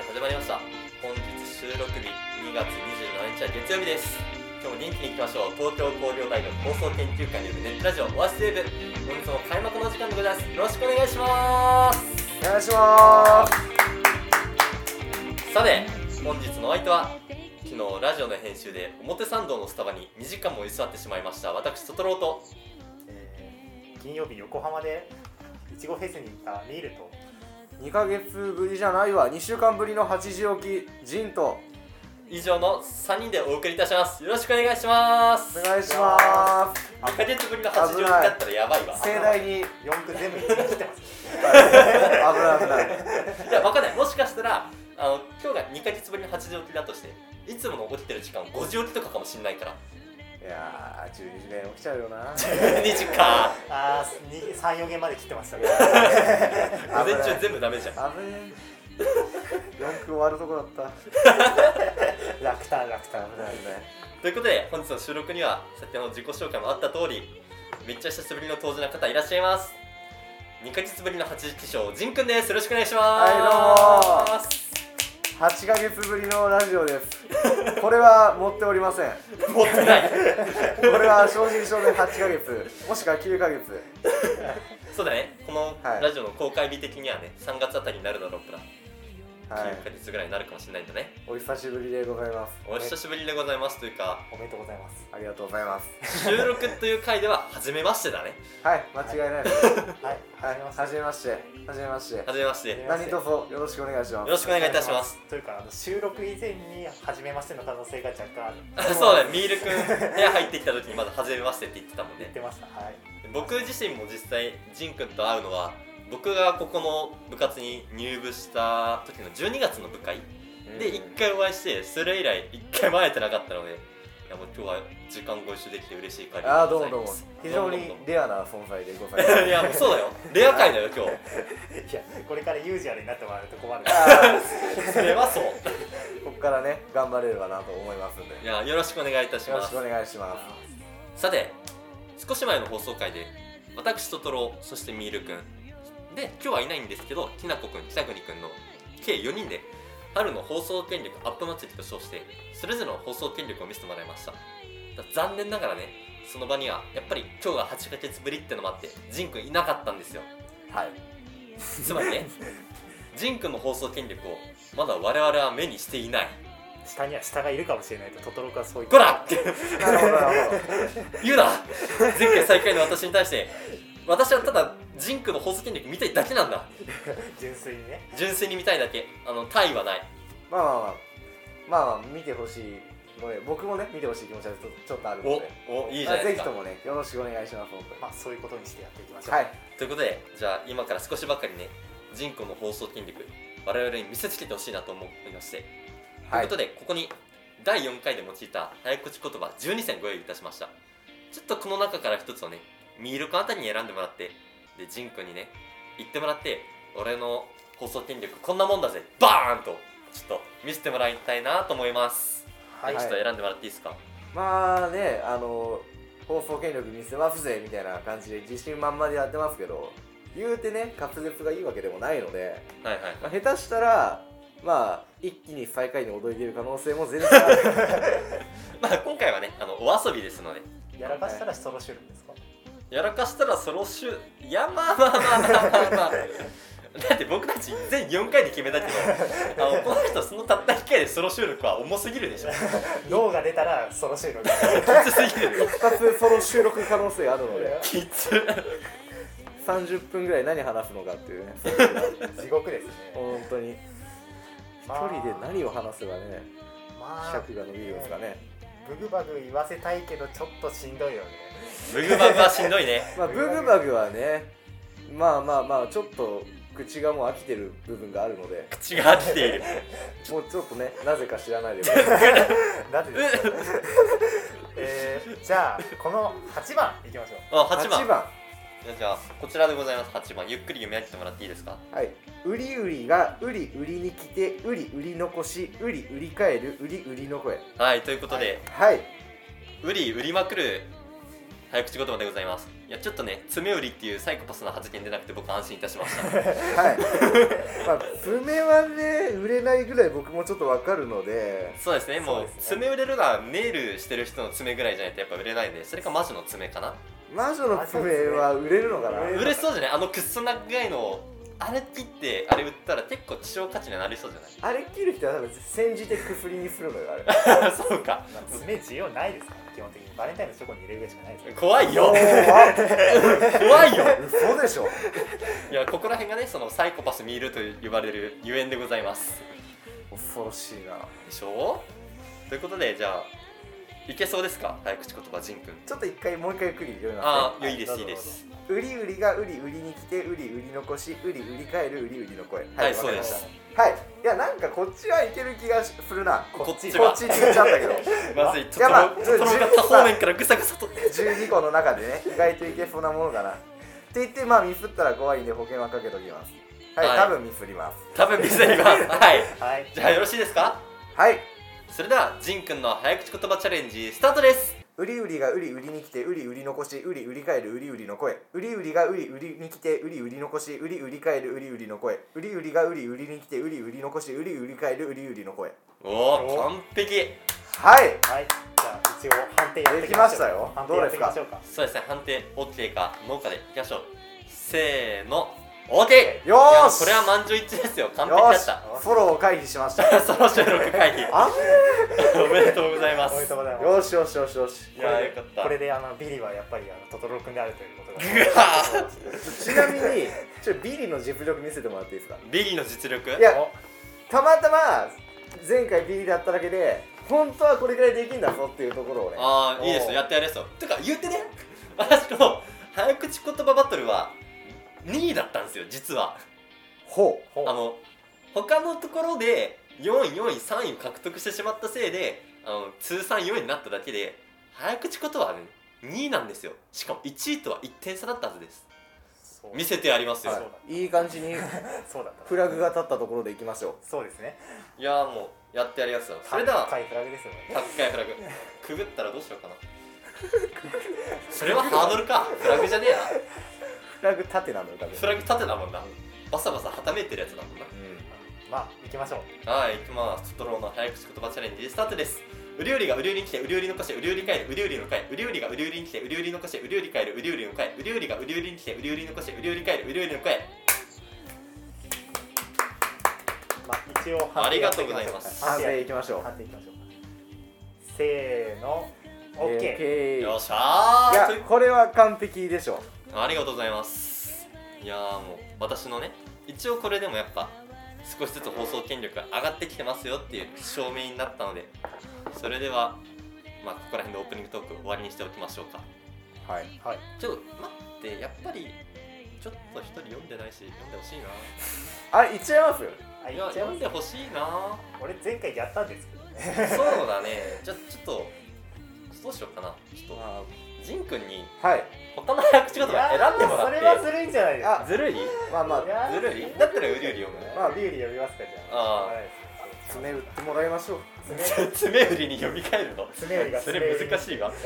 始まりました。本日収録日2月27日は月曜日です。今日も元気にいきましょう。東京工業大学放送研究会によるネットラジオオアシスウェーブ、本日も開幕の時間でございます。よろしくお願いします。 お願いします。 さて本日のお相手は昨日ラジオの編集で表参道のスタバに2時間も居座ってしまいました私トトローと、 金曜日横浜でいちごフェスに行ったミールと 2ヶ月ぶりじゃないわ、2週間ぶりの8時起きジンと以上の3人でお送りいたします。よろしくお願いします。 お願いします。 2ヶ月ぶりの8時起きだったらやばいわ。 盛大に 4区全部1日来てます危ないいや、わかんない。もしかしたら今日が2ヶ月ぶりの8時起きだとしていつもの起きてる時間5時起きとかかもしんないから。 いやー、12時間起きちゃうよな。 12時か 3、4限まで切ってましたけど午前中全部ダメじゃん。 危ねえ4区終わるとこだった楽単危ないということで本日の収録には先ほど自己紹介もあった通りめっちゃ久しぶりの登場の方いらっしゃいます。2ヶ月ぶりの8時起床ジンくんです。よろしくお願いします。 はい、どうも8ヶ月ぶりのラジオです。これは持っておりません。 持ってないこれは正直少年8ヶ月もしくは9ヶ月そうだね。このラジオの公開日的にはね3月あたりになるだろうから9ヶ月ぐらいになるかもしれないんだね。 お久しぶりでございます。 お久しぶりでございますというかおめでとうございます。 ありがとうございます。 収録という回では初めましてだね。 はい、間違いないです。 はい、 はじめまして。はじめまして。 はじめまして。 何卒よろしくお願いします。 よろしくお願いいたします。 というか収録以前に初めましての可能性が若干ある。 そうだね。ミールくん部屋入ってきた時にまだ初めましてって言ってたもんね。 言ってました。はい。 僕自身も実際ジンくんと会うのは僕がここの部活に入部した時の12月の部会で1回お会いしてそれ以来1回も会えてなかったので、いやもう今日は時間ご一緒できて嬉しい限りでございます。 あー、どうもどうも。非常にレアな存在でございます。 いやもうそうだよ。レア回だよ今日。 いや、これからユージュアルになってもらうと困る。 それはそう。 ここからね頑張れればなと思いますんで。 いやよろしくお願いいたします。 よろしくお願いします。 さて少し前の放送回で私トトロそしてミールくんで今日はいないんですけどきなこくん北国くんの計4人で春の放送権力アップ祭りと称してそれぞれの放送権力を見せてもらいました。残念ながらねその場にはやっぱり今日が8ヶ月ぶりってのもあってジンくんいなかったんですよ。 はいつまりねジンくんの放送権力をまだ我々は目にしていない。 下には下がいるかもしれないとトトロがそう言って。 こらなるほどなるほど言うな。前回最下位の私に対して私はただジンクの放送権力見たいだけなんだ。 純粋にね。 純粋に見たいだけ。大はない。 まあ見てほしいので僕もね見てほしい気持ちはちょっとあるのでいいじゃないですか。 ぜひともねよろしくお願いします。本当にまあそういうことにしてやっていきましょう。 はい。 ということでじゃあ今から少しばかりねジンクの放送権力我々に見せつけてほしいなと思いまして、ということでここに第4回で用いた早口言葉12選ご用意いたしました。ちょっとこの中から一つをねミールくんあたりに選んでもらってでジンくんにね言ってもらって俺の放送権力こんなもんだぜバーンとちょっと見せてもらいたいなと思います。はい、ちょっと選んでもらっていいですか。 まあね放送権力見せますぜみたいな感じで自信満々でやってますけど言うてね滑舌がいいわけでもないので、 はいはい、 まあ、下手したらまあ一気に最下位に躍り出る可能性も全然あるまあ今回はねお遊びですのでやらかしたらソロシュールですか。 やらかしたらソロシュいやまあだって僕たち全4回で決めたけどこの人そのたった1回でソロ収録は重すぎるでしょ。 脳が出たらソロ収録きつすぎる。 一発ソロ収録可能性あるのできつ 30分ぐらい何話すのかっていうね地獄ですね本当に一人で何を話せばね、尺が伸びるんですかね。 ブグバグ言わせたいけどちょっとしんどいよね。 ブグバグはしんどいね。 まあブグバグはねまあちょっと口がもう飽きてる部分があるので口が飽きているもうちょっとねなぜか知らないでなぜですかじゃあこの8番いきましょう。 8番じゃあこちらでございます。8番ゆっくり読み上げてもらっていいですか。 はい。うりうりがうりうりに来てうりうり残しうりうり返るうりうりの声。 はいということで、 はい、 うり売りまくる早口言葉でございます。いやちょっとね、爪売りっていうサイコパスな発言でなくて僕安心いたしましたはいまあ爪はね売れないぐらい僕もちょっと分かるので、 そうですね、もう爪売れるのはネイルしてる人の爪ぐらいじゃないとやっぱ売れないんで、それか魔女の爪かな。 魔女の爪は売れるのかな。 売れそうじゃない？あのくっそ長いのをあれ切ってあれ売ったら結構希少価値になりそうじゃない？ あれ切る人は多分煎じてくふりにするのよあれそうか、 爪需要ないですからね、基本的にバレンタインのチョコに入れるぐらいしかないですよ。 怖いよ怖いよ嘘でしょ。 いやここら辺がね、そのサイコパス見ると呼ばれるゆえんでございます。 恐ろしいな。 でしょ？ということで、じゃあいけそうですか？早口言葉ジンくん。 ちょっともう一回ゆっくり読みますね。 ああ、いいですいいです。 売り売りが売り売りに来て売り売り残し売り売り帰る売り売りの声。 はい、そうです。 はい。いやなんかこっちはいける気がするな。 こっちって言っちゃったけどまずい、トトロまあが他方面からぐさぐさと 12個の中でね意外といけそうなものかなって言って、まあミスったら怖いんで保険はかけときます。はい、 はい多分ミスります。 多分見せりますはいはい、 じゃあよろしいですか？ はい。 それではジンくんの早口言葉チャレンジスタートです。 売り売りが売り売りに来て売り売り残し売り売り帰る売り売りの声。売り売りが売り売りに来て売り売り残し売り売り帰る売り売りの声。売り売りが売り売りに来て売り売り残し売り売り帰る売り売りの声。 おお、完璧。 はい。 はい、じゃあ一応判定やっていきましょう。 できましたよ。 判定やっていきましょうか。 そうですね、判定 OK かノーかでいきましょう。せーの OK。 よーし、 これは満場一致ですよ。完璧だった。 フォローを回避しましたその収録会議あおめでとうございます。 おめでとうございます。 よしよしよしよし。 いやよかった。 これでビリはやっぱりトトロくんであるということがちなみにビリの実力見せてもらっていいですか？ ビリの実力？ いやたまたま前回ビリだっただけで本当はこれぐらいできるんだぞっていうところをね。 ああ、いいですよ、やってやるやつよ。てか言ってね、私の早口言葉バトルは2位だったんですよ実は。 ほう。 他のところで4位4位3位を獲得してしまったせいで通算4位になっただけで、早口言葉はね2位なんですよ。しかも1位とは1点差だったはずです。見せてやりますよ。 いい感じにそうだった。 フラグが立ったところでいきましょう。 そうですね。 いやーもうやってやりやすよ。それでは高いフラグですよね。 高いフラグくぐったらどうしようかなそれはハードルか。フラグじゃねえな。 フラグ縦なのよ多分。 フラグ縦だもんな。バサバサはためいてるやつだもんな。 まあ行きましょう。 はい、行きます。トトロの早口言葉チャレンジスタートです。売り売りが売り売りに来て売り売り残して売り売り帰る売り売りの帰売り売りが売り売りに来て売り売り残して売り売り帰る売り売りの帰売り売りが売り売りに来て売り売り残して売り売り帰る売り売りの帰。 まあ一応ありがとうございます。 判定いきましょう。 判定いきましょう。せーの、OK。 よっしゃー。 いやこれは完璧でしょう。 ありがとうございます。いやーもう私のね、一応これでもやっぱ少しずつ放送権力が上がってきてますよっていう証明になったので、それではまあここら辺でオープニングトーク終わりにしておきましょうか。 はいはい。 ちょっと待って、やっぱりちょっと一人読んでないし読んでほしいな。 あれいっちゃいますよ。 いや読んでほしいな。 俺前回やったんですけどね。 そうだね。ちょっとどうしようかな。ちょっとジン君にはい他の早口言葉選んでもらって。 それはずるいんじゃないですか。 ずるい？ まあまあずるい？だったらウリウリ読む。 まあビューリー読みますかじゃあ。 爪打ってもらいましょう。 爪売りに読み替えるの？ 爪売りがそれ難しいわ。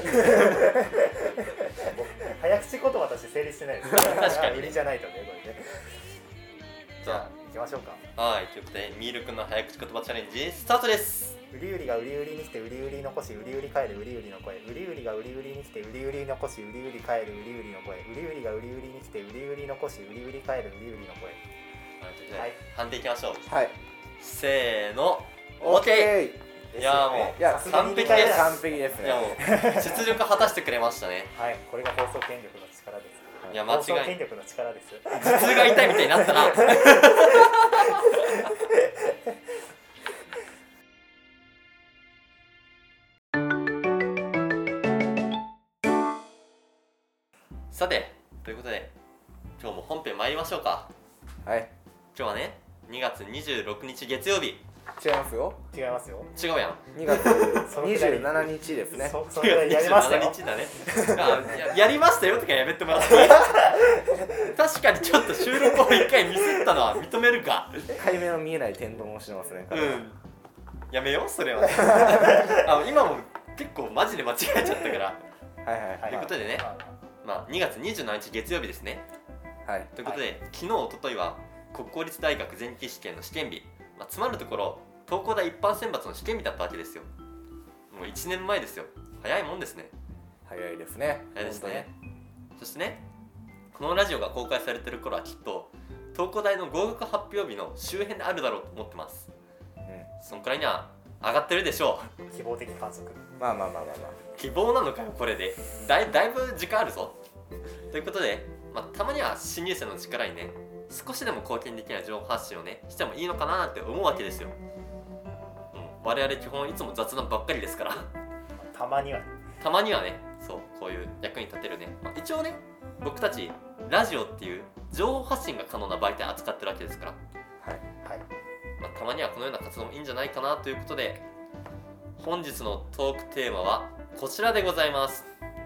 早口言葉として成立してないです。 確かに売りじゃないとねこれね。じゃあ行きましょうか。 はい、ということでミール君の早口言葉チャレンジスタートです。 売り売りが売り売りに来て売り売り残し売り売り帰る売り売りの声。売り売りが売り売りに来て売り売り残し売り売り帰る売り売りの声。売り売りが売り売りに来て売り売り残し売り売り帰る売り売りの声。 はい、判定いきましょう。 はい。 せーの、OK。いやもう完璧です。 完璧ですね。 いやもう実力果たしてくれましたね。 はい、これが放送権力の力です。 いや間違い。放送権力の力です。 頭痛が痛いみたいになったな。さて、ということで今日も本編参りましょうか。 はい。 今日はね、2月26日月曜日。 違いますよ。 違いますよ。 違うやん。 2月27日ですね。 それやりましたよ。 27日だね。やりましたよとかやめてもらっていい？確かにちょっと収録を1回ミスったのは認めるか。 解明の見えない天丼をしてますね。 うん。やめようそれは。今も結構マジで間違えちゃったから。 はいはいということでね、 ままあ、2月27日月曜日ですね。 はいということで、昨日、おとといは国公立大学前期試験の試験日、まあ、つまるところ東工大一般選抜の試験日だったわけですよ。もう1年前ですよ。早いもんですね。 早いですね。 早いですね。そしてね、このラジオが公開されてる頃はきっと東工大の合格発表日の周辺であるだろうと思ってます。そのくらいには上がってるでしょう。 希望的観測。 まあまあまあまあま希望なのかよこれで。だいぶ時間あるぞ。ということで、まあ、たまには新入生の力にね、少しでも貢献できない情報発信をねしてもいいのかななんて思うわけですよ。我々基本いつも雑談ばっかりですからたまにはたまにはね、そうこういう役に立てるね、まあ、一応ね僕たちラジオっていう情報発信が可能な媒体を扱ってるわけですから、 あ。はいはいまあ、たまにはこのような活動もいいんじゃないかなということで、本日のトークテーマはこちらでございます。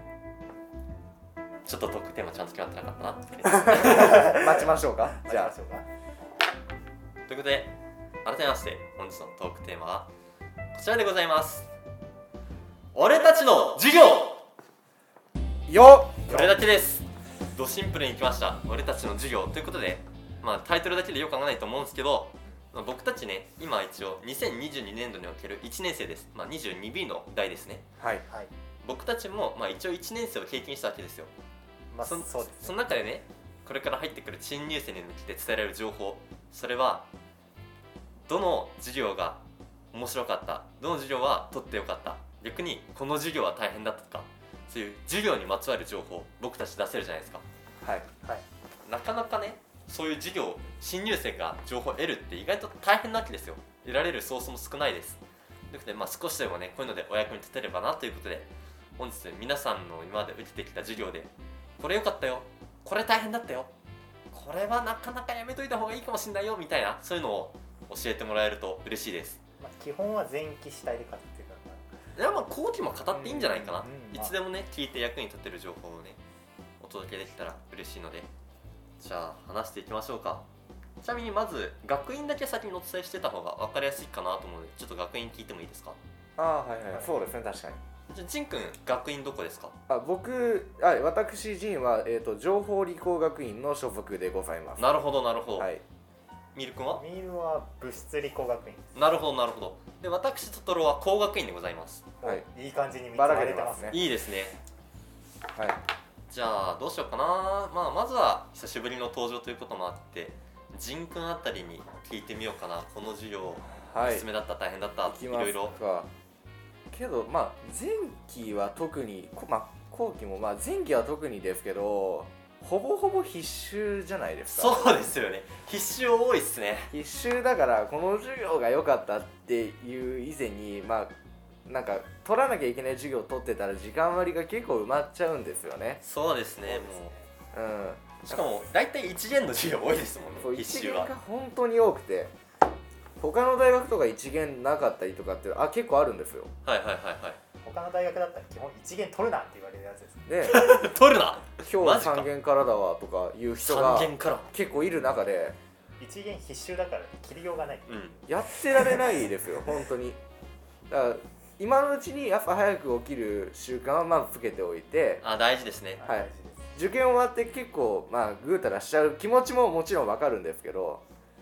ちょっとトークテーマちゃんと決まってなかったな待ちましょうか。じゃじゃあということで、改めまして本日のトークテーマはこちらでございます。俺たちの授業。 あよこれだけです。ドシンプルにいきました。俺たちの授業ということで、まあ、タイトルだけでよく考えないと思うんですけど、まあ、僕たちね今一応2022年度における1年生です。まあ、22B の代ですね。 はいはい僕たちも、まあ、一応1年生を経験したわけですよ。 まあそうですねその中でね、これから入ってくる新入生に向けて伝えられる情報、それはどの授業が面白かった、どの授業は取ってよかった、逆にこの授業は大変だったとか、そういう授業にまつわる情報僕たち出せるじゃないですか。 はいはいなかなかねそういう授業、新入生が情報を得るって意外と大変なわけですよ。得られるソースも少ないです。ということで、まあ、少しでもねこういうのでお役に立てればなということで、本日皆さんの今まで受けてきた授業でこれ良かったよ、これ大変だったよ、これはなかなかやめといた方がいいかもしれないよみたいな、そういうのを教えてもらえると嬉しいです。 まあ基本は前期主体で語ってるかいやまあ後期も語っていいんじゃないかな、 うんいつでもね聞いて役に立てる情報をねお届けできたら嬉しいので、じゃあ話していきましょうか。ちなみにまず学院だけ先にお伝えしてた方が分かりやすいかなと思うので、ちょっと学院聞いてもいいですか。 ああはいはい、そうですね確かに。 じゃあジン君学院どこですか。 私ジンは、情報理工学院の所属でございます。 なるほどなるほど、 はいミル君は。 な。ミールは物質理工学院です。 なるほどなるほど。で私トトロは工学院でございます。 はいいい感じに3つばら割れてますすけてまねね。 いいですね。 はいじゃあどうしようかな、まあ、まずは久しぶりの登場ということもあってジン君あたりに聞いてみようかな。この授業おすすめだった、大変だった、 いきますいろいろ。 か。けどまあ前期は特に後期もまあ前期は特にですけど、ほぼほぼ必修じゃないですか。 そうですよね、必修多いっすね。 必修だからこの授業が良かったっていう以前に、まあなんか取らなきゃいけない授業を取ってたら時間割が結構埋まっちゃうんですよね。 そうですね、 そうですねもうしかも大体1限の授業多いですもんね、 そう一必修は。 限が本当に多くて、他の大学とか一限なかったりとかって結構あるんですよ。 はいはいはい他の大学だったら基本1限取るなって言われるやつです。 ではい取るな今日マジか 3限からだわとかいう人が 3限から。 結構いる中で 1限必修だから切りようがない。 うんやってられないですよ本当に。だから今のうちに朝早く起きる習慣はまずつけておいて、 あ、大事ですね。 はい大事です。 受験終わって結構ぐうたらしちゃう気持ちももちろんわかるんですけど、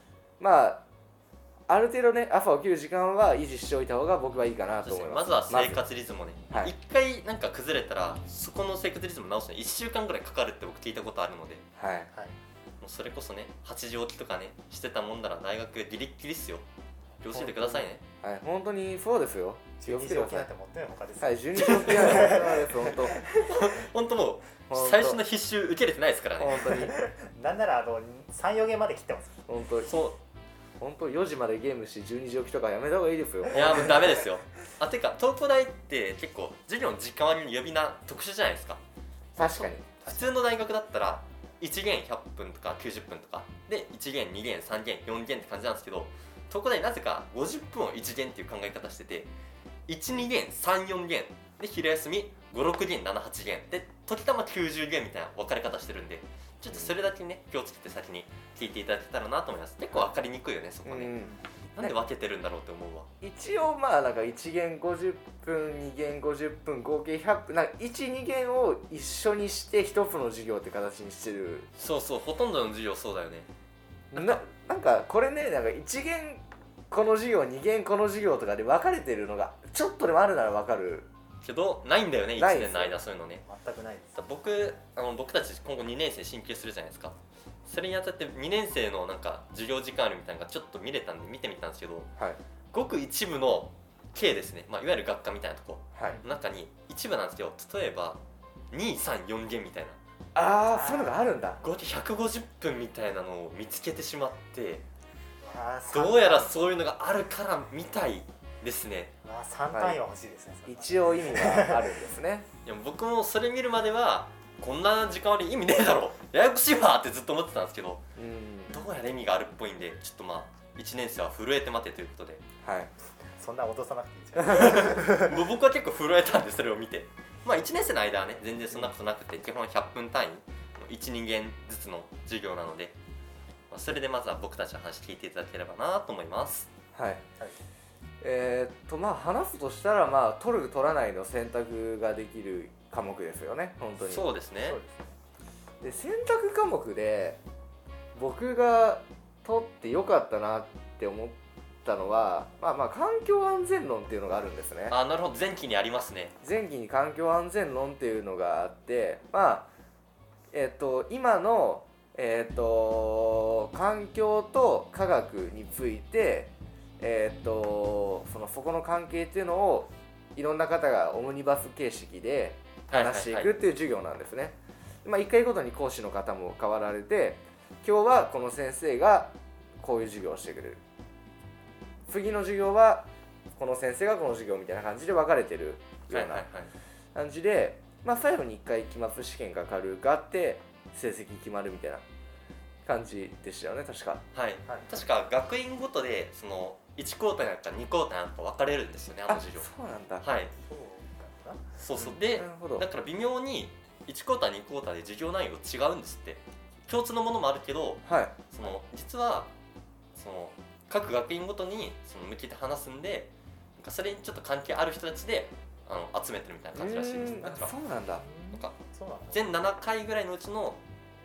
ある程度ね朝起きる時間は維持しておいた方が僕はいいかなと思います。 まずは生活リズムをね、 はい一回なんか崩れたらそこの生活リズム直すのに1週間ぐらいかかるって僕聞いたことあるので、 はいはい。 もうそれこそね8時起きとかねしてたもんなら大学ギリッギリっすよ。気をつけてくださいね。 はい本当にそうですよ。気を 12 つけてください時起きなんて。持ってない他です。 はい12時起きなんてそうです本当。 本当もう本当最初の必修受けれてないですからね。 本当になんなら3、4限まで切ってます。 本当そ本当4時までゲームして12時起きとかやめた方がいいですよ。 う、いやもうダメですよ。あ、てか東工大って結構授業の時間割に呼び名特殊じゃないですか。 確かに。 普通の大学だったら1限100分とか90分とかで1限2限3限4限って感じなんですけど、東工大なぜか50分を1限っていう考え方してて、12限34限で昼休み56限78限で時たま90限みたいな分かれ方してるんで、ちょっとそれだけね気をつけて先に聞いていただけたらなと思います。結構分かりにくいよねそこね。 なんで分けてるんだろうって思うわ。 一応まあなんか1限50分2限50分合計100分なんか12限を一緒にして1つの授業って形にしてる。 そうそう、ほとんどの授業そうだよね。 なんかこれね、なんか1限この授業2限この授業とかで分かれてるのがちょっとでもあるなら分かるけどないんだよね、1 ないですよ年の間そういうのね。 全くないです。 僕たち今後2年生進級するじゃないですか。それにあたって2年生のなんか授業時間あるみたいなのがちょっと見てみたんですけど、 はいごく一部の系ですね、まあ、いわゆる学科みたいなとこはいの中に一部なんですけど、例えば234限みたいなああそういうのがあるんだ。 合計150分みたいなのを見つけてしまって、 どどうやらそういうのがあるからみたいですね。 3単位は欲しいですね。 一応意味があるんですね。 いや僕もそれ見るまではこんな時間割り意味ねえだろ、ややこしいわってずっと思ってたんですけど、どうやら意味があるっぽいんで、ちょっとまあ1年生は震えて待てということではいそんな落とさなくていいじゃん。 僕は結構震えたんで、それを見て、まあ1年生の間はね全然そんなことなくて、基本100分単位 1,2 限ずつの授業なので、それでまずは僕たちの話聞いていただければなと思います。 はいはいまあ話すとしたらまあ取る取らないの選択ができる科目ですよね本当に。 そうですね。 そうです。 で選択科目で僕が取ってよかったなって思ったのはまあ環境安全論っていうのがあるんですね。 あ、なるほど、前期にありますね。 前期に環境安全論っていうのがあって、まあ今の環境と科学についてそこの関係っていうのをいろんな方がオムニバス形式で話していくっていう授業なんですね。まあ1回ごとに講師の方も変わられて、今日はこの先生がこういう授業をしてくれる、次の授業はこの先生がこの授業みたいな感じで分かれてるような感じで、まあ最後に1回期末試験が軽くあって成績決まるみたいな感じでしたよね確か。 はい、確か学院ごとでその1クォーターなんか2クォーターなんか分かれるんですよね、あの授業。 そうなんだ。 はい、 そうかな。 そうそう。でなるほど。 だから微妙に1クォーター2クォーターで授業内容違うんですって。共通のものもあるけど、 はいその実はその各学院ごとにその向けて話すんで、なんかそれにちょっと関係ある人たちで集めてるみたいな感じらしいです。だからそうなんだ。 なんかそうなんだ。 全7回ぐらいのうちの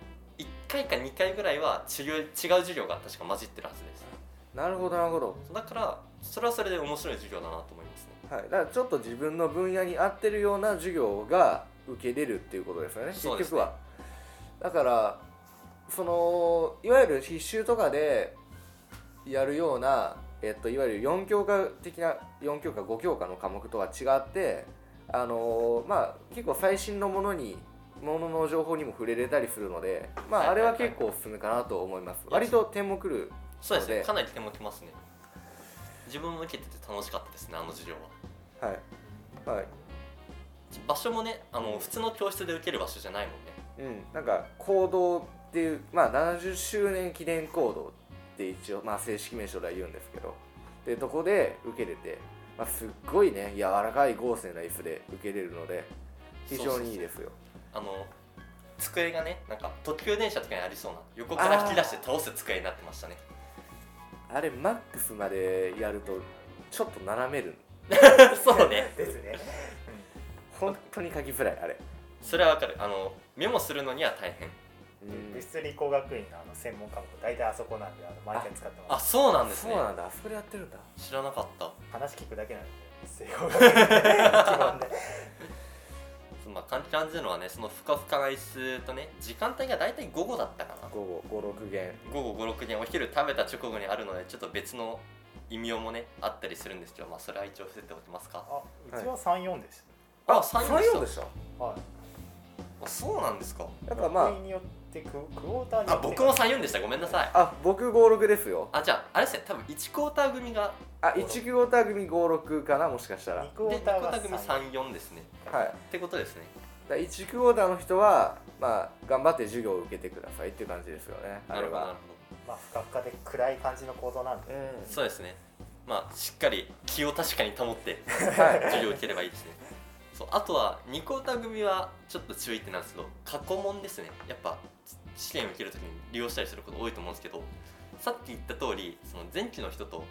1回か2回ぐらいは違う授業が確か混じってるはずです。 なるほどなるほど。 だからそれはそれで面白い授業だなと思いますね。 はい、だからちょっと自分の分野に合ってるような授業が受けれるっていうことですよね、 そうですね。 結局は。だからいわゆる必修とかでやるような、いわゆる4教科的な4教科5教科の科目とは違って、まあ結構最新のものの情報にも触れれたりするので、まああれは結構おすすめかなと思います。割と点も来るので。 そうですね、かなり点も来ますね。自分も受けてて楽しかったですね、あの授業は。 はい、 場所もね、普通の教室で受ける場所じゃないもんね。 なんか講堂っていう、まあ70周年記念講堂って一応、まあ、正式名称では言うんですけど、でとこで受けれて、まあ、すっごいね柔らかい豪勢な椅子で受けれるので非常にいいですよ。 机がね、なんか特急電車とかにありそうな横から引き出して倒す机になってましたね。 あれマックスまでやるとちょっと斜めるそうねですね。 本当に書きづらいあれ。 それはわかる。メモするのには大変。 物理工学院の専門科目大体あそこなんで毎回使ってます。 あ、そうなんですね。 そうなんだ、あそこでやってるんだ。 知らなかった。 話聞くだけなんで物理工学院基本で。 まあ環境安全のはね、そのふかふかな椅子とね、時間帯が大体午後だったかな。 午後5、6限。 午後5、6限、お昼食べた直後にあるので、ちょっと別の異名もねあったりするんですけど、まあそれは一応伏せておきますか。 うちは3、4でしあ、3、4 でした。 た。はい。 あ、そうなんですか。 やっぱまあ学院によってクォーターによって。 僕も3、4でした。ごめんなさい。 僕5、6ですよ。 じゃああれですね、多分1クォーター組が 1クォーター組5、6かな、もしかしたら。 2クォで2クォーターがーター組3、4ですね。 はい。 ってことですね。 1クォーターの人は、まあ、頑張って授業を受けてくださいっていう感じですよね。 なるほどなるほまあふかふかで暗い感じの行動なんで。 ど。そうですね。まあしっかり気を確かに保ってはい授業を受ければいいですね。そう、あとは2クォーター組はちょっと注意ってなんですけど、過去問ですね。やっぱ試験を受けるときに利用したりすること多いと思うんですけど、さっき言った通り、その前期の人と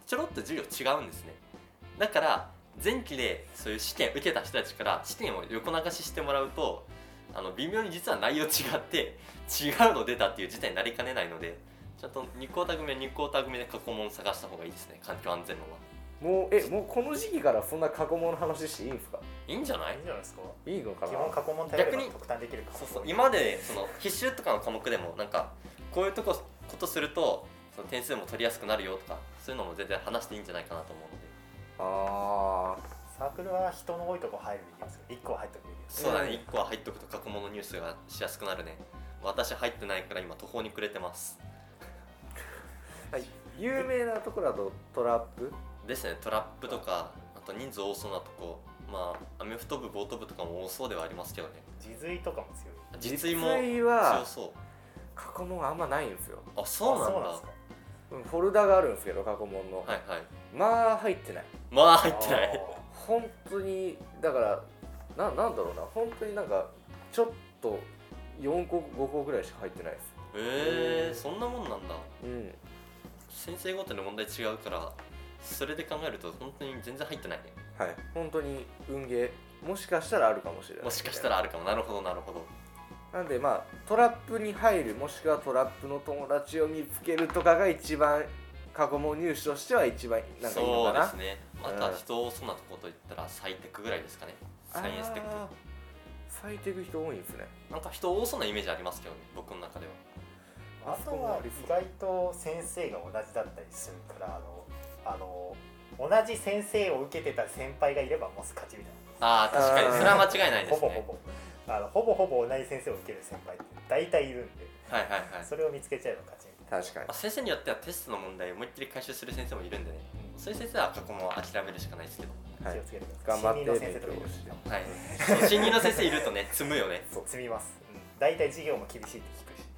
ちょろっと授業違うんですね。だから前期でそういう試験受けた人たちから試験を横流ししてもらうと微妙に実は内容違って違うの出たっていう事態になりかねないので、ちゃんと2クォーター組は2クォーター組で過去問探した方がいいですね。環境安全論はもうこの時期からそんな過去問の話していいんですか？ いいんじゃない？ いいんじゃないですか。 いいのかな。 基本過去問頼れば特単できるかも。 そう今までその必修とかの科目でもなんかこういうことするとその点数も取りやすくなるよとかそういうのも全然話していいんじゃないかなと思うので。 サークルは人の多いとこ入るべきですよ。1個は入っとくべきです。 そうだね、1個は入っとくと過去問のニュースがしやすくなるね。私入ってないから今途方に暮れてます。 はい、有名なところだとトラップですね。トラップとかあと人数多そうなとこ、まあアメフト部ボート部とかも多そうではありますけどね。 実技とかも強い。 実技も強そう。 過去問あんまないんですよ。 あ、そうなんだ。 フォルダがあるんですけど過去問の、 はいはい、 まあ入ってない。 まあ入ってない。 本当にだからなんだろうな、本当になんかちょっと4個5個ぐらいしか入ってないです。 そんなもんなんだ。先生ごとの問題違うからそれで考えると本当に全然入ってないね。 はい、本当に運ゲーもしかしたらあるかもしれない。 もしかしたらあるかも。なるほどなるほど。 なんでまあトラップに入るもしくはトラップの友達を見つけるとかが一番過去問入試としては一番なんかいいのかな。 そうですね。また人多そうなところといったらサイテクぐらいですかね。サイエンステック。 サイテク人多いんですね。 なんか人多そうなイメージありますけどね、僕の中では。 あとは意外と先生が同じだったりするから同じ先生を受けてた先輩がいればもう勝ちみたいな。 確かにそれは間違いないですね。 ほぼ同じ先生を受ける先輩って大体いるんで、それを見つけちゃえば勝ちみたいな。 確かに、 先生によってはテストの問題を思いっきり回収する先生もいるんでね、そういう先生は過去問を諦めるしかないですけど、 気をつけてください。 頑張って新任の先生とかいるんですよ。 新任の先生いるとね積むよね。 そう積みます。大体授業も厳しいって聞くし。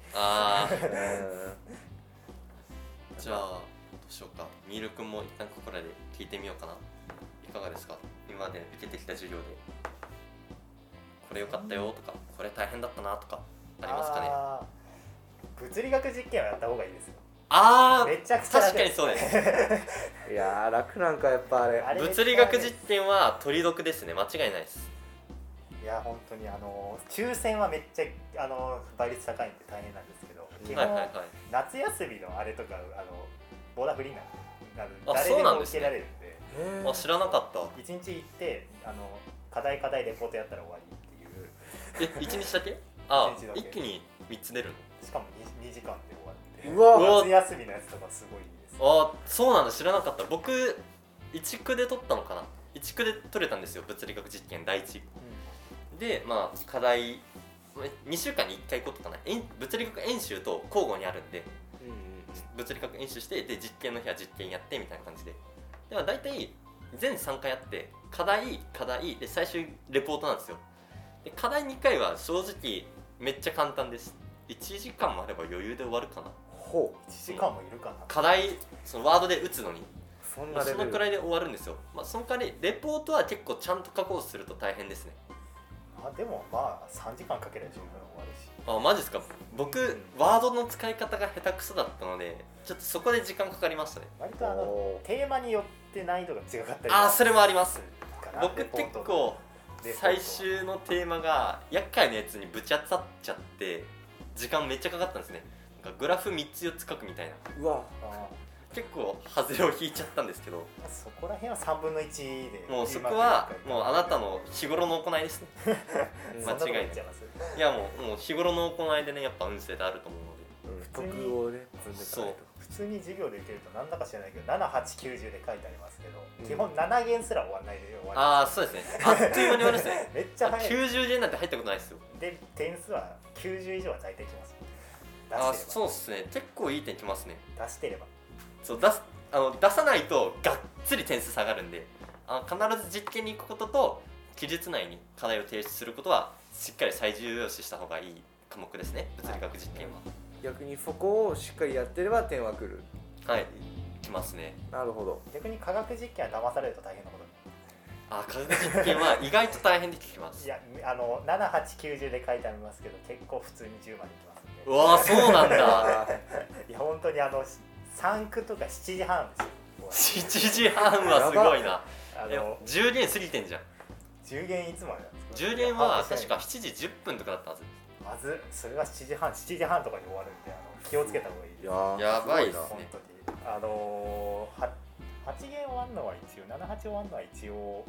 じゃあどうしようか。ミール君も一旦ここらで聞いてみようかな。いかがですか？今まで受けてきた授業でこれ良かったよとかこれ大変だったなとかありますかね？ 物理学実験はやった方がいいですよ。めちゃくちゃ確かにそうです。 いやー楽なんかやっぱあれ物理学実験は取り得ですね。間違いないです。 いや本当に抽選はめっちゃ倍率高いんで大変なんですけど、基本、夏休みのあれとかボーダーフリーなんで誰でも受けられるんで。 知らなかった。 1日行って課題レポートやったら終わりっていう。 1日だけ？一気に3つ出るの？ しかも 2時間で終わって。夏休みのやつとかすごいです。 そうなんだ。知らなかった。僕1区で取ったのかな。1区で取れたんですよ、物理学実験第一。でまあ課題2週間に1回ことかな。物理学演習と交互にあるんで、物理学演習してで実験の日は実験やってみたいな感じで。では大体全3回あって課題で最終レポートなんですよ。で課題2回は正直めっちゃ簡単です。1時間もあれば余裕で終わるかな。 1時間もいるかな。 課題そのワードで打つのにそのくらいで終わるんですよ。その代わりレポートは結構ちゃんと書こうとすると大変ですね。 でもまあ3時間かければ十分終わるし。 マジですか？僕ワードの使い方が下手くそだったのでちょっとそこで時間かかりましたね。 割とテーマによって難易度が違かったりそれもあります。僕結構最終のテーマが厄介なやつにぶち当たっちゃって時間めっちゃかかったんですね。なんかグラフ3つ4つ書くみたいな。結構外れを引いちゃったんですけど、 そこら辺は3分の1でもうそこはもうあなたの日頃の行いですね。間違いない。いやもう日頃の行いでねやっぱ運勢であると思うので、 徳をねそう普通に授業で受けるとなんだか知らないけど7,8,90で書いてありますけど、基本7弦すら終わんないで終わり。 そうですね。あっという間に終わるですね。 めっちゃ早い。 90弦なんて入ったことないですよ。 で点数は90以上は大体きます。 そうですね。結構いい点きますね。 出してれば。 そう出さないとがっつり点数下がるんで、必ず実験に行くことと期日内に課題を提出することはしっかり最重要視した方がいい科目ですね、物理学実験は。 逆にそこをしっかりやってれば点は来る。 来ますね。 なるほど。 逆に科学実験は騙されると大変なことに。 科学実験は意外と大変で聞きます。 いや7,8,90で書いてありますけど結構普通に10までいきますんで。 そうなんだ。 いや本当に3区とか7時半ですよ。 7時半はすごいな。10限過ぎてんじゃん。 10限いつまでなんですか。 10限は確か7時10分とかだったはず。 まずそれは7時半とかに終わるんで気をつけた方がいいです。 やばいですね。 本当に8限終わるのは一応78終わるのは一応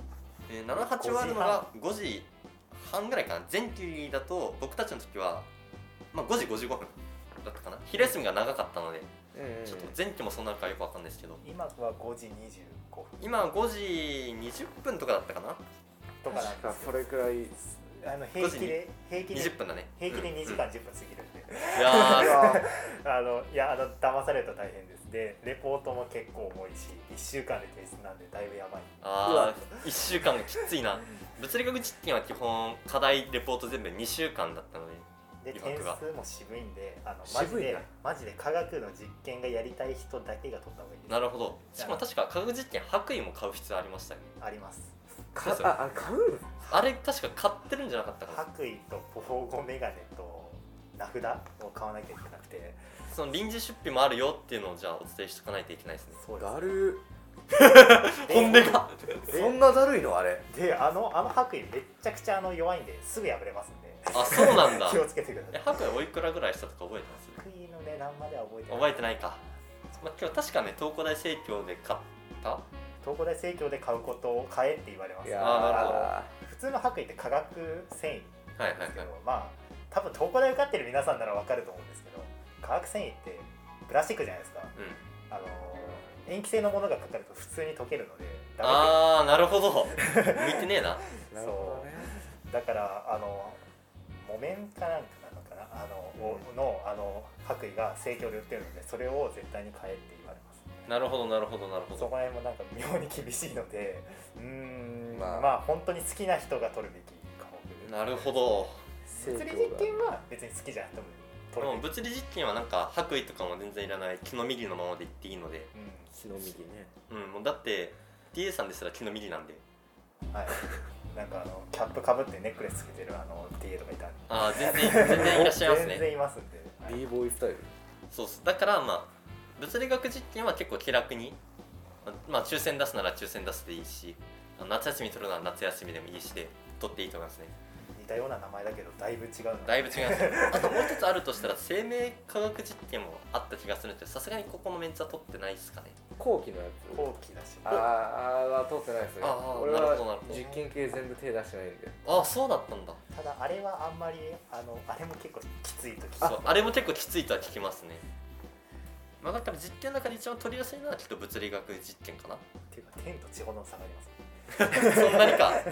78終わるのが5時半ぐらいかな。前期だと僕たちの時は、まあ、5時55分だったかな。昼休みが長かったので、ちょっと前期もそんなのかよくわかんないですけど、 今は5時25分今は5時20分とかだったかなとかなんですそれくらい平気で 20分だね。 平気で2時間10分過ぎるんで、 いや騙されると大変です。でレポートも結構重いし1週間で提出なんでだいぶやばい。 1週間がきついな。物理学実験は基本課題レポート全部2週間だったので点数も渋いんでマジで科学の実験がやりたい人だけが取った方がいいです。 なるほど。しかも確か科学実験白衣も買う必要ありましたよね。 あります。 買う？ あれ確か買ってるんじゃなかったかな。 白衣と防護メガネと名札を買わなきゃいけなくて、 その臨時出費もあるよっていうのをじゃあお伝えしておかないといけないですね。 そうです。 だる本音がそんなだるいのあれであの白衣めっちゃくちゃ弱いんですぐ破れますんで。 あ、そうなんだ。 気をつけてください。 白衣おいくらぐらいしたとか覚えてます？ 白衣の値段までは覚えてないか。まあ、今日確かね東工大生協で買った東工大生協で買うことを買えって言われます。 なるほど。 普通の白衣って化学繊維はいはいはい。 まあ多分東工大受かってる皆さんなら分かると思うんですけど、化学繊維ってプラスチックじゃないですか。塩基性のものがかかると普通に溶けるのでダメ。 ああ、なるほど。向いてねえな。 そうだから木綿かなんかなのかなの白衣が生協で売ってるのでそれを絶対に買えって言われます。 なるほどなるほどなるほど。 そこら辺もなんか妙に厳しいのでまあ本当に好きな人が取るべき科目。 なるほど。 物理実験は別に好きじゃなくても取るべき。 物理実験はなんか白衣とかも全然いらない木のミリのままでいっていいので、 木のミリね。 もうだって TA さんですら木のミリなんで。 はい。なんかキャップかぶってネックレスつけてるTA とかいたんで。 ああ、全然いらっしゃいますね。 全然いますんで。 b ボーイスタイル。 そうっす。だからまあ物理学実験は結構気楽に、まあ抽選出すなら抽選出すでいいし、夏休み取るなら夏休みでもいいしで取っていいと思いますね。 似たような名前だけどだいぶ違う。 だいぶ違います。あともう一つあるとしたら生命科学実験もあった気がするんですけど、さすがにここのメンツは取ってないですかね。 後期のやつ。 後期だし。 取ってないですね。俺は実験系全部手出してないんで。 あ、そうだったんだ。 ただあれはあんまりあれも結構きついと聞く。あれも結構きついとは聞きますね。まあだから実験の中で一番取りやすいのはきっと物理学実験かな。 っていうか天と地ほどの差があります。 そんなにか。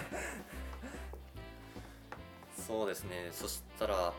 そうですね。そしたら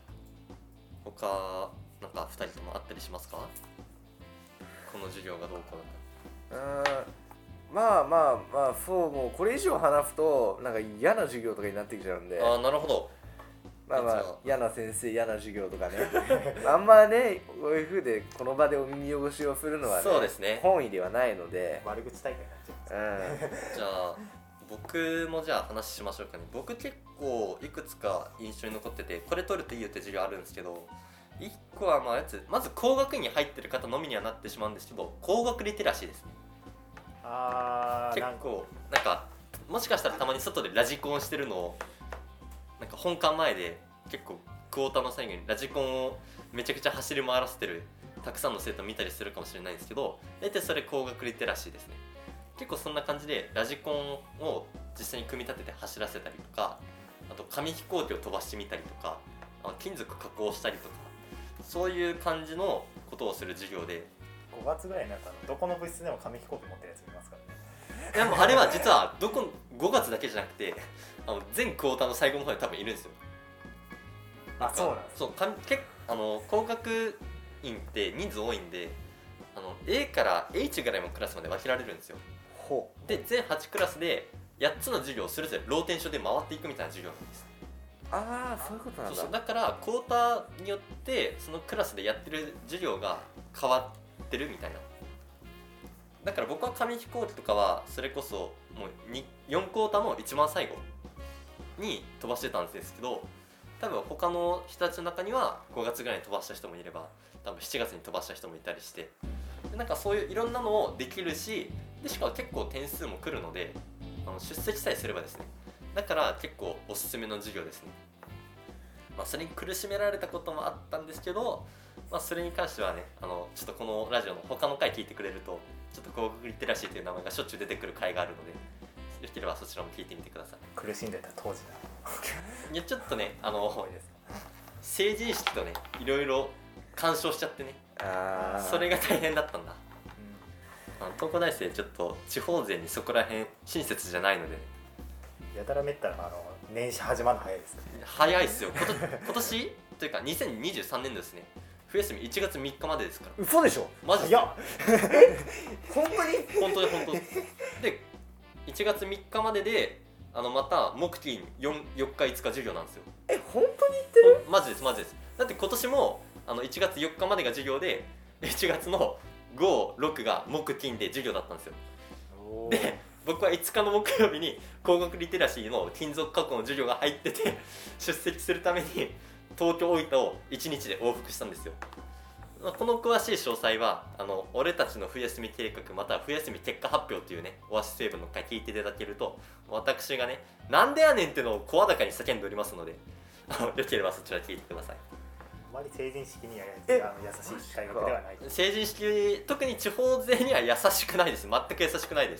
他なんか2人ともあったりしますか？この授業がどうこうだった。 まあそうもうこれ以上話すとなんか嫌な授業とかになってきちゃうんで。 あ、なるほど。 まあ嫌な先生嫌な授業とかねあんまねこういう風でこの場でお耳汚しをするのはね、 そうですね、 本意ではないので悪口大会になっちゃう。 じゃあ僕もじゃあ話しましょうかね。僕結構いくつか印象に残っててこれ取るといいよって授業あるんですけど、1個はまず工学院に入ってる方のみにはなってしまうんですけど、工学リテラシーですね。結構なんかもしかしたらたまに外でラジコンしてるのをなんか本館前で結構クォーターの最後にラジコンをめちゃくちゃ走り回らせてるたくさんの生徒を見たりするかもしれないんですけど、大体それ工学リテラシーですね。結構そんな感じでラジコンを実際に組み立てて走らせたりとか、あと紙飛行機を飛ばしてみたりとか、金属加工したりとか、そういう感じのことをする授業で、 5月ぐらいになったらどこの部室でも紙飛行機持ってるやついますからね。 でもあれは実は5月だけじゃなくて全クォーターの最後の方に多分いるんですよ。 あ、そうなんです。 そう工学院って人数多いんでA から H ぐらいのクラスまで分けられるんですよ。で全8クラスで8つの授業をそれぞれローテーションで回っていくみたいな授業なんです。 ああ、そういうことなんだ。 そうだからクォーターによってそのクラスでやってる授業が変わってるみたいな。だから僕は紙飛行機とかはそれこそもう4クォーターの一番最後に飛ばしてたんですけど、多分他の人たちの中には5月ぐらいに飛ばした人もいれば多分7月に飛ばした人もいたりして、 でなんかそういういろんなのをできるし、でしかも結構点数も来るので出席さえすればですね、だから結構おすすめの授業ですね。それに苦しめられたこともあったんですけど、それに関してはねちょっとこのラジオの他の回聞いてくれるとちょっと広告リテラシーという名前がしょっちゅう出てくる回があるので、よければそちらも聞いてみてください。 苦しんでた当時いやちょっとね多いです。 成人式とねいろいろ干渉しちゃってね、それが大変だったんだ。東工大生ちょっと地方勢にそこら辺親切じゃないのでね、 やたらめったら年始始まるの早いですね。 早いっすよ。今年というか2023年度ですね、冬休み1月3日までですから。 嘘でしょ。 マジで。 いや本当に本当で1月3日まででまた木金4日5日授業なんですよ。 本当に言ってる？ マジです。だって今年も1月4日までが授業で、1月の5、6が木金で授業だったんですよ。で僕は5日の木曜日に工学リテラシーの金属加工の授業が入ってて出席するために東京大分を1日で往復したんですよ。この詳しい詳細は俺たちの冬休み計画または冬休み結果発表というねオアシス成分の回聞いていただけると、私がねなんでやねんってのを声高に叫んでおりますのでよければそちら聞いてください。 あまり成人式には優しい大学ではない。 成人式特に地方勢には優しくないです。全く優しくないです。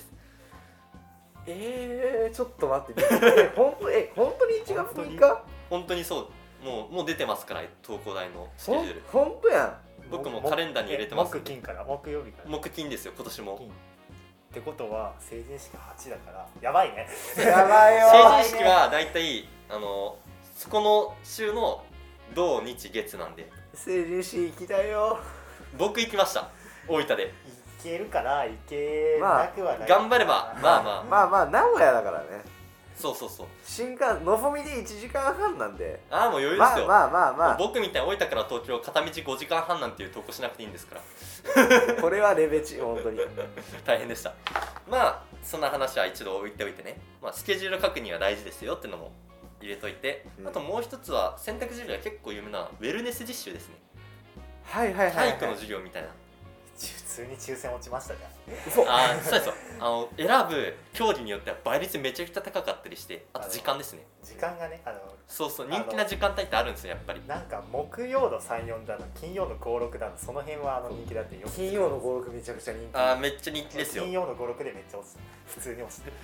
ちょっと待って本当に1月3日？ 本当にそう。もう出てますから東工大のスケジュール。 本当やん。 僕もカレンダーに入れてます。 木金から木曜日から木金ですよ今年も。 ってことは成人式8だからやばいね。 やばいよ。 成人式はだいたいそこの週の土日月なんで。 成人式行きたいよ。 僕行きました大分で。 行けるから行けなくはない。 頑張ればまあ名古屋だからね。 そう新幹のぞみで1時間半なんで。 もう余裕ですよ。 まあ僕みたいに大分から東京片道5時間半なんていう投稿しなくていいんですからこれはレベチ本当に大変でした。そんな話は一度置いておいてね、スケジュール確認は大事ですよっていうのも入れといて、あともう一つは選択授業が結構有名なウェルネス実習ですね。 はい体育の授業みたいな。 普通に抽選落ちましたじゃん。 そうですよ。選ぶ競技によっては倍率めちゃくちゃ高かったりして、あと時間ですね。 時間がねそう人気な時間帯ってあるんですよやっぱり。 なんか木曜の3、4だの金曜の5、6だのその辺は人気だってよく。 金曜の5、6めちゃくちゃ人気。 めっちゃ人気ですよ。 金曜の5、6でめっちゃ落ちた。普通に落ちた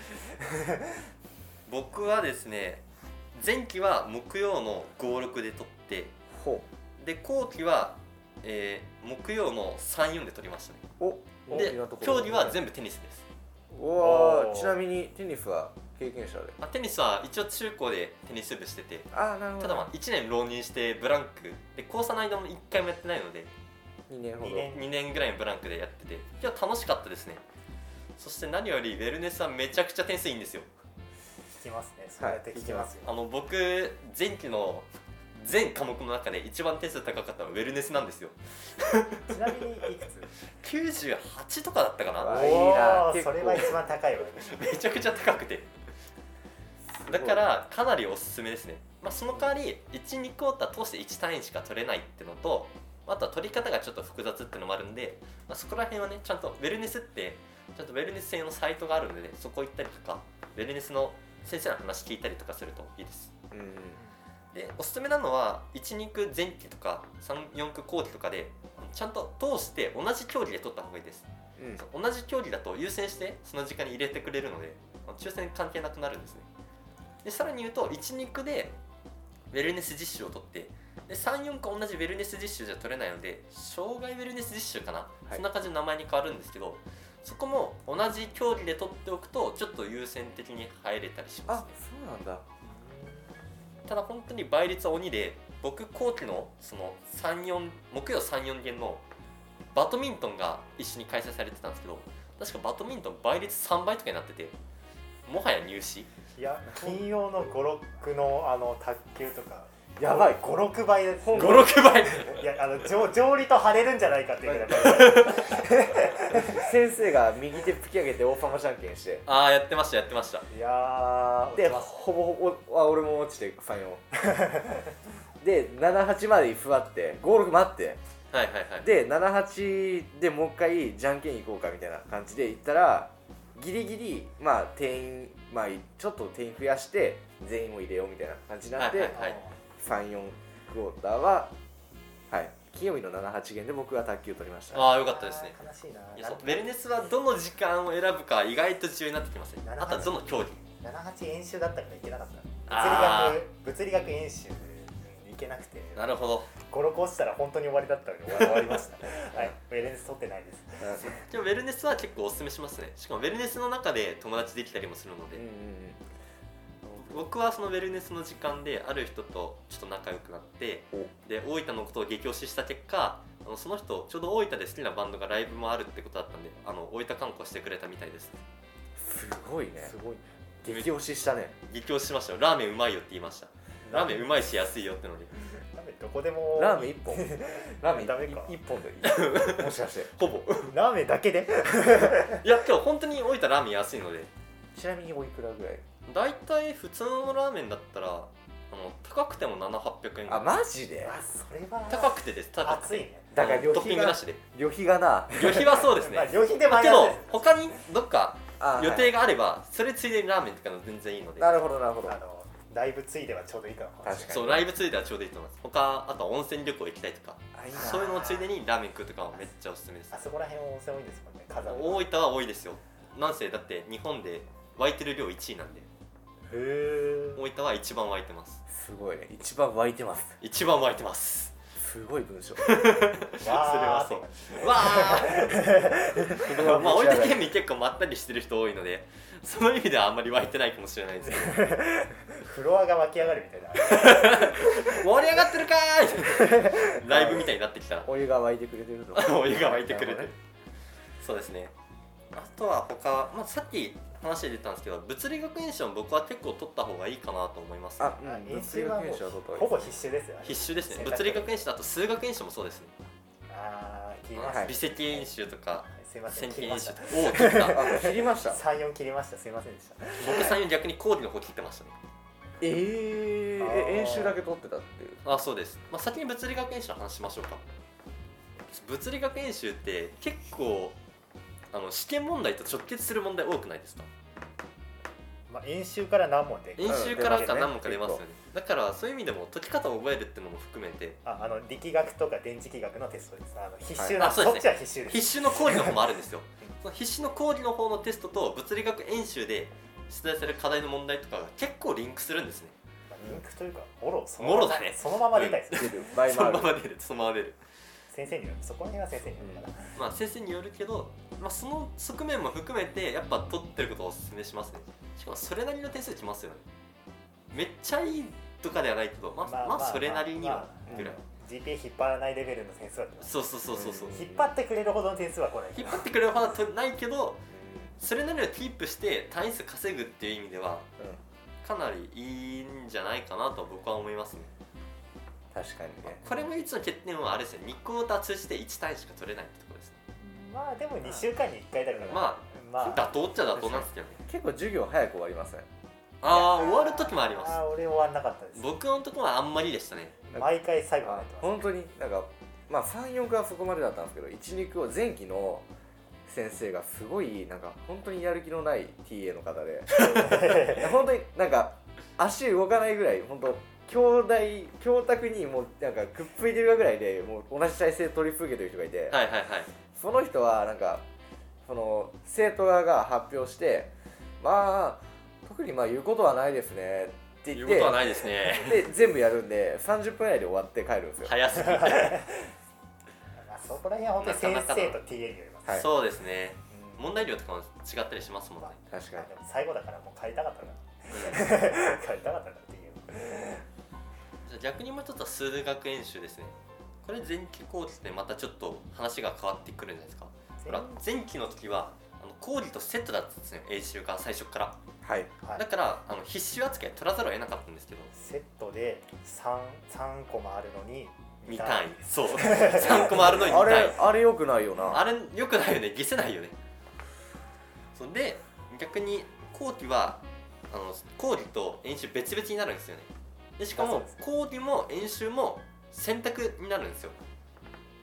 僕はですね前期は木曜の5、6で取ってで後期は木曜の3、4で取りましたね。で競技は全部テニスです。 ちなみにテニスは経験者で？ テニスは一応中高でテニス部してて、 なるほど。 ただ1年浪人してブランクで高3の間も1回もやってないので2年ぐらいのブランクでやってて、今日楽しかったですね。そして何よりウェルネスはめちゃくちゃ点数いいんですよ。 聞きますね。そうやって聞きますよ。 僕前期の全科目の中で一番点数高かったのはウェルネスなんですよちなみにいくつ ？98とかだったかな。 それは一番高いわめちゃくちゃ高くて、だからかなりおすすめですね。その代わり 1,2 クォーター通して1単位しか取れないってのと、あとは取り方がちょっと複雑ってのもあるんで、そこら辺はねちゃんとウェルネスってちゃんとウェルネス専用のサイトがあるので、そこ行ったりとかウェルネスの先生の話聞いたりとかするといいです。でおすすめなのは1、2区前期とか3、4区後期とかでちゃんと通して同じ競技で取った方がいいです。同じ競技だと優先してその時間に入れてくれるので抽選関係なくなるんですね。でさらに言うと1、2区でウェルネス実習を取ってで3、4区同じウェルネス実習じゃ取れないので障害ウェルネス実習かな、そんな感じの名前に変わるんですけど、そこも同じ競技で取っておくとちょっと優先的に入れたりしますね。 そうなんだ。 ただ本当に倍率は鬼で、僕後期のその木曜3、4限のバドミントンが一緒に開催されてたんですけど、確かバドミントン倍率3倍とかになってて、もはや入試。 いや金曜の5、6の卓球とかやばい 5、6倍です。 5、6倍。 いや上理と跳ねるんじゃないかっていうぐらい先生が右手突き上げて王様じゃんけんして、 やってました。 いやでほぼ俺も落ちて3、4で7、8までふわって5、6待ってはいはいはい。 で78でもう一回じゃんけん行こうかみたいな感じで行ったらギリギリまあ定員まあちょっと定員増やして全員を入れようみたいな感じになって、 はいはいはい、 34クォーターははい金曜日の78限で僕は卓球取りました、 ああよかったですね。 悲しいな。 いやそうウェルネスはどの時間を選ぶか意外と重要になってきますね。あとはどの競技。 78演習だったから行けなかった。 あ物理学演習に行けなくて。 なるほど。 5、6落ちたら本当に終わりだったので終わりましたはい、ウェルネス取ってないです。 でもウェルネスは結構おすすめしますね。しかもウェルネスの中で友達できたりもするので、僕はそのウェルネスの時間である人とちょっと仲良くなってで大分のことを激推しした結果その人ちょうど大分で好きなバンドがライブもあるってことだったんで大分観光してくれたみたいです。 すごいね。 すごい激推ししたね。 激推ししましたよ。ラーメンうまいよって言いました。ラーメンうまいし安いよってので。 ラーメンどこでもラーメン1本ラーメンダメか 1本でいいもしかしてほぼラーメンだけでいや今日本当に大分ラーメン安いので。 ちなみにおいくらぐらい？ だいたい普通のラーメンだったら高くても700、800円。 あマジで？ それは高くてです。高くて熱いね。 だからトッピングなしで。 旅費がな旅費はそうですね。 まあ旅費でもけど他にどっか予定ががあればそれついでにラーメンとかの全然いいので。 なるほどなるほど。 ライブついではちょうどいいかもしれない。 確かにそうライブついではちょうどいいと思います。他あとは温泉旅行行きたいとかあいいなそういうのをついでにラーメン食うとかもめっちゃおすすめです。 あそこら辺温泉多いですもんね。火山大分は多いですよ。なんせだって日本で湧いてる量1位なんで。 へー大分は一番湧いてます。 すごいね。一番湧いてます。 一番湧いてます。 すごい文章。 わーそれはそうわーまあ大分県民結構まったりしてる人多いのでその意味ではあんまり湧いてないかもしれないですけどフロアが湧き上がるみたいな盛り上がってるかーいライブみたいになってきたらお湯が沸いてくれてるの。 お湯が沸いてくれてる。そうですね。あとは他、まあ、さっき話で出たんですけど物理学演習も僕は結構取った方がいいかなと思います、ね、 あ、 演習はもうほぼ必修ですよね。 必修ですね。物理学演習だと数学演習もそうですね。 あー切りました、 はい微積演習とかすいません線形演習切りましたとかおお切ったあ、切りました。 34切りました。すいませんでした。 僕3、4逆に講義の方切ってましたね。 演習だけ取ってたっていう。 あ、そうです。まあ、先に物理学演習の話しましょうか。物理学演習って結構試験問題と直結する問題多くないですか？ まあ、演習から何問で演習からか何問か出ますよね。だからそういう意味でも解き方を覚えるっていうのも含めて力学とか電磁気学のテストです。必修はいあそうですねそっちは必修です。 必修の講義の方もあるんですよその必修の講義の方のテストと物理学演習で出題される課題の問題とかが結構リンクするんですね。 リンクというかもろだねそのまま出たいです、 出る場合そもある。 のまま出るそのまま出る。 先生によるそこら辺は先生によるかな、 まあ先生によるけど、まあ、その側面も含めてやっぱ取ってることをお勧めしますね。しかもそれなりの点数きますよね。めっちゃいいとかではないけどまあそれなりにはぐらい、 GPA 引っ張らないレベルの点数は出ます。 そうそう引っ張ってくれるほどの点数は来ない。 引っ張ってくれるほどはないけどそれなりのキープして単位数稼ぐっていう意味ではかなりいいんじゃないかなと僕は思いますね。 確かにね。 これもいつの欠点はあれですね、2クォーター通じて1単位しか取れないってところですね。 まあでも2週間に1回だからまあ妥当っちゃ妥当なんですけどね。 結構授業早く終わりますね。 ああ終わる時もあります。 俺終わんなかったです。 僕のところはあんまりでしたね。 毎回最後までやってます。 本当になんかまあ3、4区はそこまでだったんですけど1、2区を前期の先生がすごいなんか本当にやる気のない TA の方で本当になんか足動かないぐらい本当教託にもうなんかくっついてるぐらいでもう同じ体勢取り続けてる人がいて、 はいはいはい。 その人はなんかその生徒側が発表してまあ特にまあ言うことはないですねって言って言うことはないですね。 で全部やるんで30分ぐらいで終わって帰るんですよ。 早すぎて、 そこら辺は本当に先生と TA によります。 はいそうですね。問題量とかも違ったりしますもんね。 確かにでも最後だからもう帰りたかったから帰りたかったからっていう。 じゃあ逆にもう一つは数学演習ですね。これ前期後期でまたちょっと話が変わってくるんじゃないですか。ほら前期の時は講義とセットだったんですね、演習が最初から。 はいはいだから必修扱い取らざるを得なかったんですけど、 セットで3個もあるのに 2単位そう3個もあるのに2単位あれよくないよな。 あれよくないよね、消せないよね。そうで逆に後期は講義と演習別々になるんですよね。でしかも講義も演習も選択になるんですよ。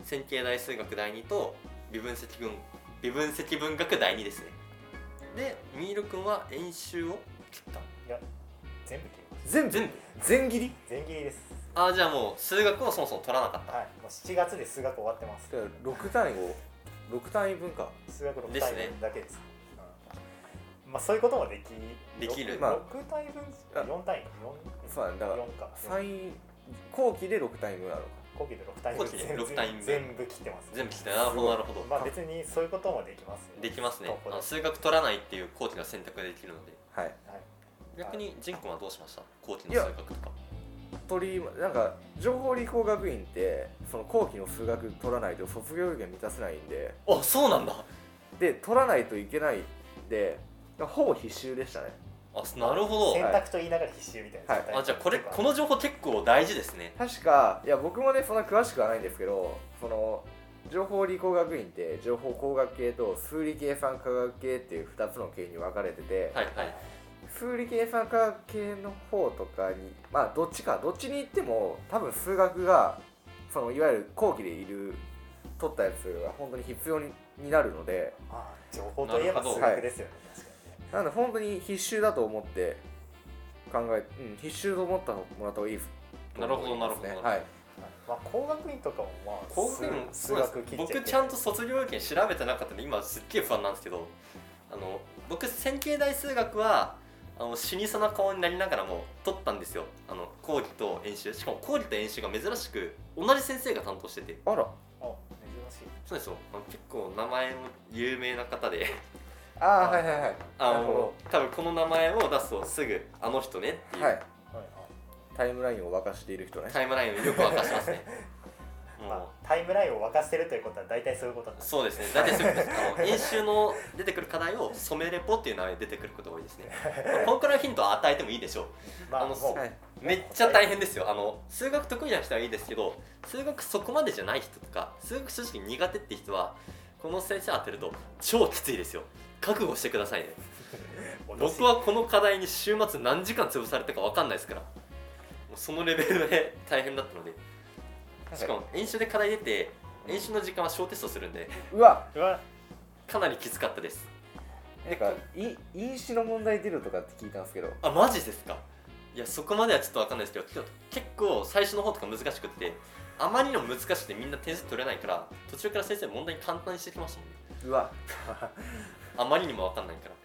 線形代数学第2と微分積分学第2ですね。でミール君は演習を切った。 いや全部切ります。 全切り全切りです。 あ、じゃあもう数学をそもそも取らなかった。 はい、もう7月で数学終わってます。 6単位分か。 数学6単位分だけです。まあそういうこともできる。 まあ 6単位分4単位そうなんだから 4か後期で6単位分あるのか。 後期で6単位分後期で6単位分全部切ってます。 全部切った。なるほどなるほど。 まあ別にそういうこともできますよ。 できますね。 どこで数学取らないっていう後期の選択ができるので。 はい。 はい。 逆にジン君はどうしました？後期の数学とか。 なんか情報理工学院ってその後期の数学取らないと卒業要件満たせないんで。 あ、そうなんだ。 で取らないといけないで、ほぼ必修でしたね。 あ、なるほど。 選択と言いながら必修みたいな。 はい。 あ、じゃあこの情報結構大事ですね。 確かいや僕もねそんな詳しくはないんですけど、その情報理工学院って情報工学系と数理計算科学系っていう2つの系に分かれてて、 はいはい。 数理計算科学系の方とかにまあどっちに行っても多分数学がそのいわゆる後期で取ったやつが本当に必要になるので、 情報といえば数学ですよね。確かにね。 なので本当に必修だと思って必修と思ってもらった方がいいです。 なるほどなるほど。 はい。 まあ工学院とかもまあ工学院も数学切っちゃいけない。 僕ちゃんと卒業要件調べてなかったんで今すっげえ不安なんですけど、僕線形代数学は死にそうな顔になりながらも取ったんですよ。講義と演習、しかも講義と演習が珍しく同じ先生が担当してて。 あら。 珍しい。 そうですよ。結構名前も有名な方ではいはいはい。 多分この名前を出すとすぐあの人ねっていう、 はい、タイムラインを沸かしている人ね。 タイムラインをよく沸かしますね。 タイムラインを沸かしてるということは大体そういうことなんです。 そうですね。大体そういうことです。演習の出てくる課題を染めレポっていう名前で出てくることが多いですね。ここからヒントを与えてもいいでしょう。めっちゃ大変ですよ。数学得意な人はいいですけど、数学そこまでじゃない人とか数学正直苦手って人はこの先生当てると超きついですよ。覚悟してくださいね。僕はこの課題に週末何時間潰されたか分かんないですから、もうそのレベルで大変だったので。しかも演習で課題出て演習の時間は小テストするんで、 うわかなりきつかったです。 なんか因子の問題出るとかって聞いたんですけど。 あ、マジですか？いや、そこまではちょっと分かんないですけど、結構最初の方とか難しくって、あまりにも難しくてみんな点数取れないから、途中から先生問題簡単にしてきましたもんね。 うわあまりにも分かんないから。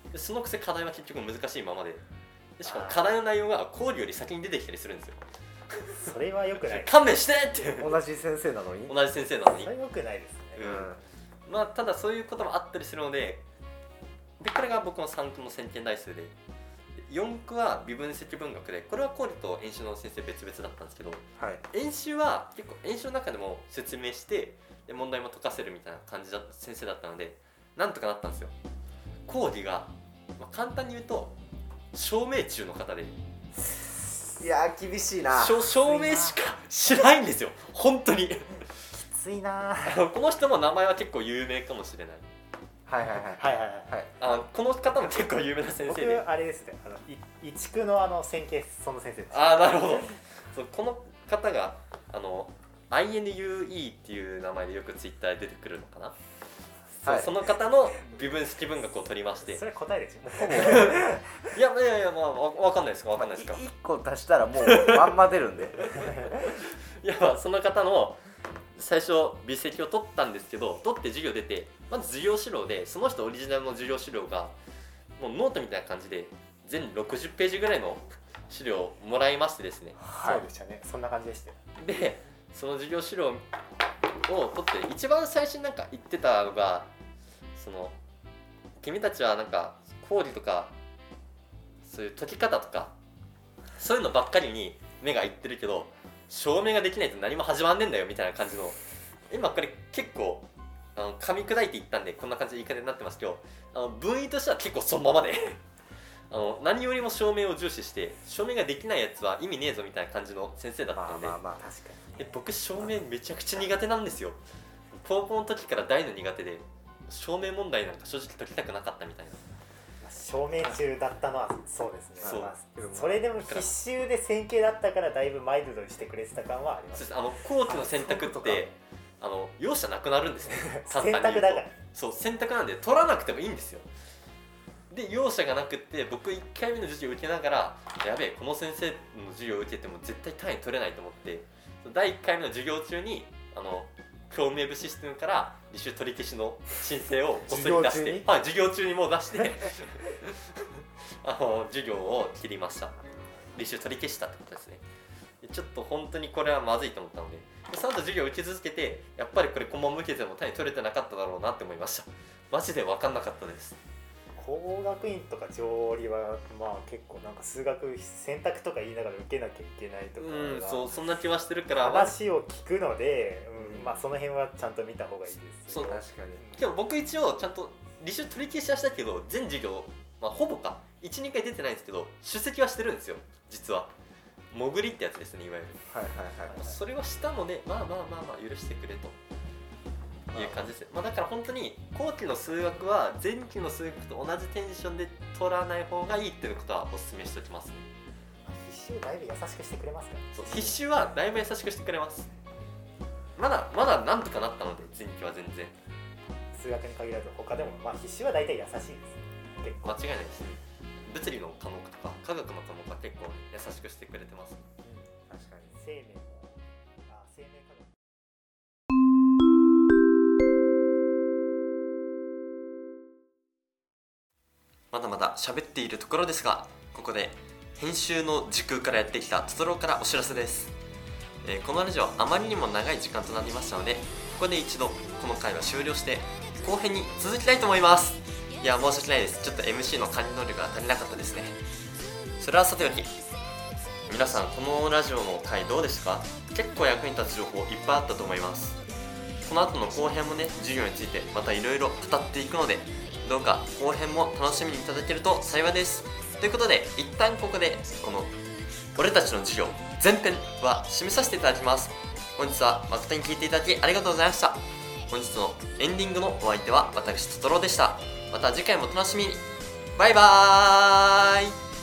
でそのくせ課題は結局難しいままで、しかも課題の内容が講義より先に出てきたりするんですよ。 それは良くない。 勘弁してって同じ先生なのに。 同じ先生なのに。 それ良くないですね。 まあただそういうこともあったりするので、これが僕の3区の線形代数で、4区は微分積分学で、これは講義と演習の先生別々だったんですけど、演習は結構演習の中でも説明してで問題も解かせるみたいな感じだった先生だったので、なんとかなったんですよ。講義が、簡単に言うと証明中の方で、 いや厳しいな。 証明しかしないんですよ本当に。きついな。 この人も名前は結構有名かもしれない。この方も結構有名な先生で、 僕あれですね、一区の線形その先生です。 なるほど。この方がINUE っていう名前でよくツイッターで出てくるのかな。その方の微分積分学を取りまして。 それ答えでしょ。 いやまあ分かんないですか。分かんないですか。 1個足したらもうまんま出るんで。 いやその方の最初微積を取ったんですけど、取って授業出て、まず授業資料でその人オリジナルの授業資料がもうノートみたいな感じで全60ページぐらいの資料をもらいましてですね。 そうでしたね。そんな感じでしたよ。 でその授業資料を取って一番最初になんか言ってたのが、君たちはなんか講義とかそういう解き方とかそういうのばっかりに目がいってるけど、証明ができないと何も始まんねえんだよみたいな感じの、今これ結構噛み砕いていったんでこんな感じの言い方になってますけど、分位としては結構そのままで何よりも証明を重視して、証明ができないやつは意味ねえぞみたいな感じの先生だったんで、 確かに僕証明めちゃくちゃ苦手なんですよ。高校の時から大の苦手で、証明問題なんか正直解きたくなかったみたいな。 証明中だったのはそうですね。 そう、 それでも必修で線形だったからだいぶマイルドにしてくれてた感はあります。 後期の選択って容赦なくなるんですね選択だから。 そう選択なんで取らなくてもいいんですよ。で容赦がなくって僕1回目の授業を受けながらやべえこの先生の授業を受けても絶対単位取れないと思って第1回目の授業中にクロームウェブシステムから履修取り消しの申請をこっそり出して授業中にもう出して授業を切りました。履修取り消したってことですね。ちょっと本当にこれはまずいと思ったのでその後授業を受け続けてやっぱりこれこのまま受けても単位取れてなかっただろうなって思いました。マジで分かんなかったです。 工学院とか上理はまあ結構なんか数学選択とか言いながら受けなきゃいけないとかそんな気はしてるから話を聞くので、まあその辺はちゃんと見た方がいいです。 そう確かに。 でも僕一応ちゃんと履修取り消しはしたけど全授業、ほぼか 1,2 回出てないんですけど出席はしてるんですよ実は。潜りってやつですねいわゆる。それはしたのでまあ許してくれという感じです。だから本当に後期の数学は前期の数学と同じテンションで取らない方がいいっていうことはお勧めしておきますね。 必修だいぶ優しくしてくれますか？ そう必修はだいぶ優しくしてくれます。まだなんとかなったので前期は全然。 数学に限らず他でも必修は大体優しいです。結構間違いないですね。物理の科目とか科学の科目は結構優しくしてくれてます。 確かに生命科学。 まだまだ喋っているところですがここで編集の時空からやってきたトトロからお知らせです。このラジオあまりにも長い時間となりましたのでここで一度この回は終了して後編に続きたいと思います。いや申し訳ないです。ちょっと MC の管理能力が足りなかったですね。それはさておき皆さんこのラジオの回どうでしたか？結構役に立つ情報いっぱいあったと思います。この後の後編もね授業についてまたいろいろ語っていくのでどうか後編も楽しみにいただけると幸いです。ということで一旦ここでこの俺たちの授業前編は締めさせていただきます。本日は誠に聞いていただきありがとうございました。本日のエンディングのお相手は私トトロでした。また次回もお楽しみに。バイバーイ。